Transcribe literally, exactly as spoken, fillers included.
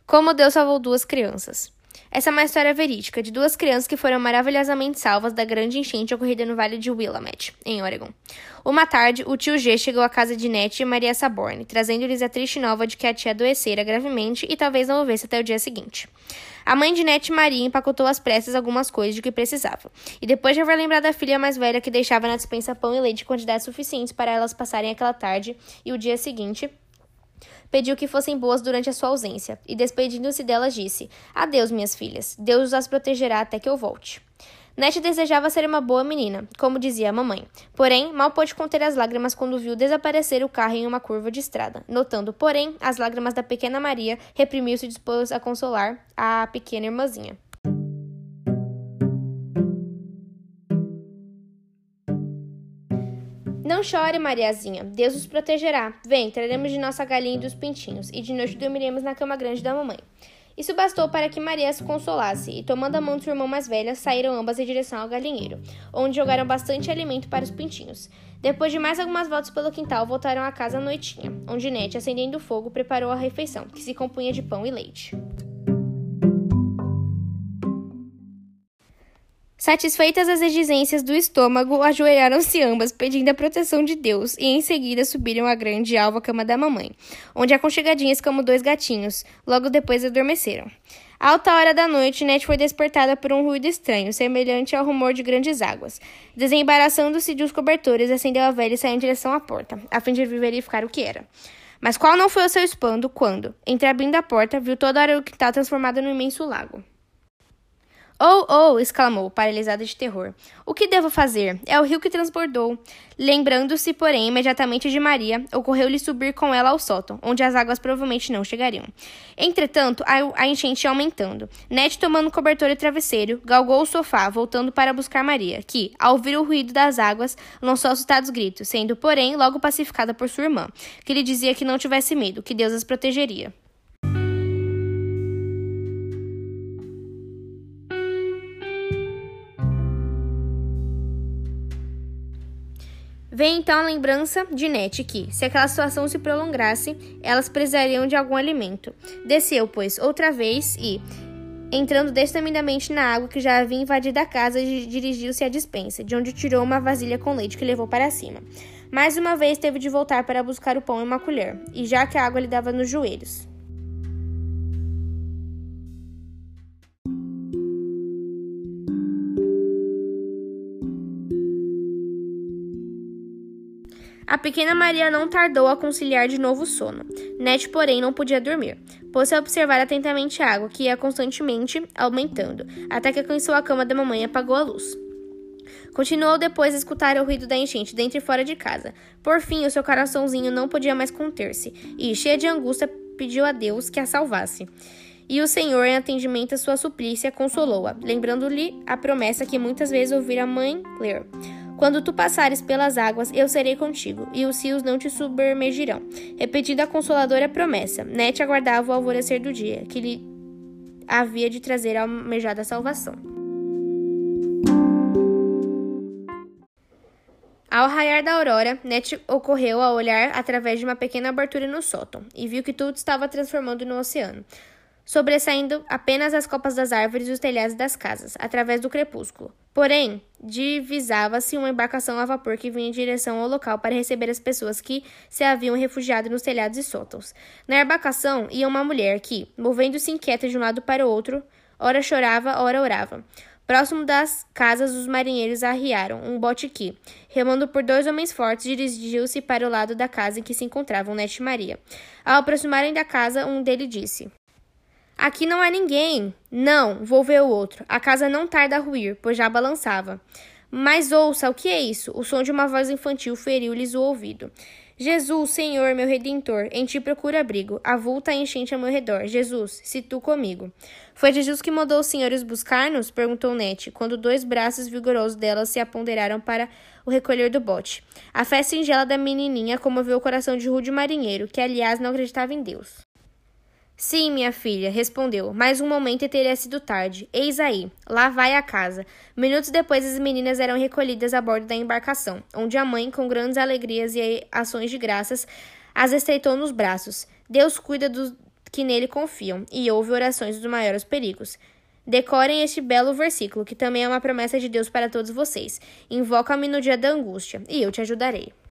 Como Deus salvou duas crianças. Essa é uma história verídica de duas crianças que foram maravilhosamente salvas da grande enchente ocorrida no Vale de Willamette, em Oregon. Uma tarde, o tio G chegou à casa de Ned e Maria Saborne, trazendo-lhes a triste nova de que a tia adoecera gravemente e talvez não houvesse até o dia seguinte. A mãe de Ned, Maria, empacotou às pressas algumas coisas de que precisava, e depois de haver lembrado a filha mais velha que deixava na despensa pão e leite em quantidades suficientes para elas passarem aquela tarde e o dia seguinte, pediu que fossem boas durante a sua ausência, e despedindo-se delas disse: "Adeus, minhas filhas. Deus as protegerá até que eu volte." Ned desejava ser uma boa menina, como dizia a mamãe. Porém, mal pôde conter as lágrimas quando viu desaparecer o carro em uma curva de estrada. Notando, porém, as lágrimas da pequena Maria, reprimiu-se e dispôs a consolar a pequena irmãzinha. "Não chore, Mariazinha. Deus os protegerá. Vem, traremos de nossa galinha e dos pintinhos, e de noite dormiremos na cama grande da mamãe." Isso bastou para que Maria se consolasse, e tomando a mão de sua irmã mais velha, saíram ambas em direção ao galinheiro, onde jogaram bastante alimento para os pintinhos. Depois de mais algumas voltas pelo quintal, voltaram à casa à noitinha, onde Ned, acendendo o fogo, preparou a refeição, que se compunha de pão e leite. Satisfeitas as exigências do estômago, ajoelharam-se ambas, pedindo a proteção de Deus, e em seguida subiram a grande e alva cama da mamãe, onde aconchegadinhas como dois gatinhos, logo depois adormeceram. À alta hora da noite, Ned foi despertada por um ruído estranho, semelhante ao rumor de grandes águas. Desembaraçando-se de os cobertores, acendeu a vela e saiu em direção à porta, a fim de verificar o que era. Mas qual não foi o seu espanto quando, entreabrindo a porta, viu toda a área do quintal transformada num imenso lago. "Oh, oh!" exclamou, paralisada de terror. "O que devo fazer? É o rio que transbordou." Lembrando-se, porém, imediatamente de Maria, ocorreu-lhe subir com ela ao sótão, onde as águas provavelmente não chegariam. Entretanto, a, a enchente ia aumentando. Ned, tomando cobertor e travesseiro, galgou o sofá, voltando para buscar Maria, que, ao ouvir o ruído das águas, lançou assustados gritos, sendo, porém, logo pacificada por sua irmã, que lhe dizia que não tivesse medo, que Deus as protegeria. Vem então a lembrança de Ned que, se aquela situação se prolongasse, elas precisariam de algum alimento. Desceu, pois, outra vez e, entrando destemidamente na água que já havia invadido a casa, dirigiu-se à despensa, de onde tirou uma vasilha com leite que levou para cima. Mais uma vez teve de voltar para buscar o pão e uma colher, e já que a água lhe dava nos joelhos. A pequena Maria não tardou a conciliar de novo o sono. Ned, porém, não podia dormir. Pôs-se a observar atentamente a água, que ia constantemente aumentando, até que alcançou a cama da mamãe e apagou a luz. Continuou depois a escutar o ruído da enchente dentro e fora de casa. Por fim, o seu coraçãozinho não podia mais conter-se, e, cheia de angústia, pediu a Deus que a salvasse. E o Senhor, em atendimento à sua suplícia, consolou-a, lembrando-lhe a promessa que muitas vezes ouvira a mãe ler: "Quando tu passares pelas águas, eu serei contigo, e os rios não te submergirão." Repetida a consoladora promessa, Ned aguardava o alvorecer do dia, que lhe havia de trazer a almejada salvação. Ao raiar da aurora, Ned ocorreu a olhar através de uma pequena abertura no sótão, e viu que tudo estava transformando no oceano, sobressaindo apenas as copas das árvores e os telhados das casas, através do crepúsculo. Porém, divisava-se uma embarcação a vapor que vinha em direção ao local para receber as pessoas que se haviam refugiado nos telhados e sótãos. Na embarcação ia uma mulher que, movendo-se inquieta de um lado para o outro, ora chorava, ora orava. Próximo das casas, os marinheiros arriaram um bote que, remando por dois homens fortes, dirigiu-se para o lado da casa em que se encontravam Ned e Maria. Ao aproximarem da casa, um deles disse: "Aqui não há ninguém." "Não, vou ver o outro. A casa não tarda a ruir, pois já balançava." "Mas ouça, o que é isso?" O som de uma voz infantil feriu-lhes o ouvido. "Jesus, Senhor, meu Redentor, em ti procuro abrigo. Avulta a enchente ao meu redor. Jesus, se tu comigo." "Foi Jesus que mandou os senhores buscar-nos?" perguntou Ned, quando dois braços vigorosos dela se apoderaram para o recolher do bote. A fé singela da menininha comoveu o coração de rude marinheiro, que, aliás, não acreditava em Deus. "Sim, minha filha", respondeu. "Mais um momento e teria sido tarde. Eis aí, lá vai a casa." Minutos depois, as meninas eram recolhidas a bordo da embarcação, onde a mãe, com grandes alegrias e ações de graças, as estreitou nos braços. "Deus cuida do que nele confiam e ouve orações dos maiores perigos. Decorem este belo versículo, que também é uma promessa de Deus para todos vocês. Invoca-me no dia da angústia, e eu te ajudarei.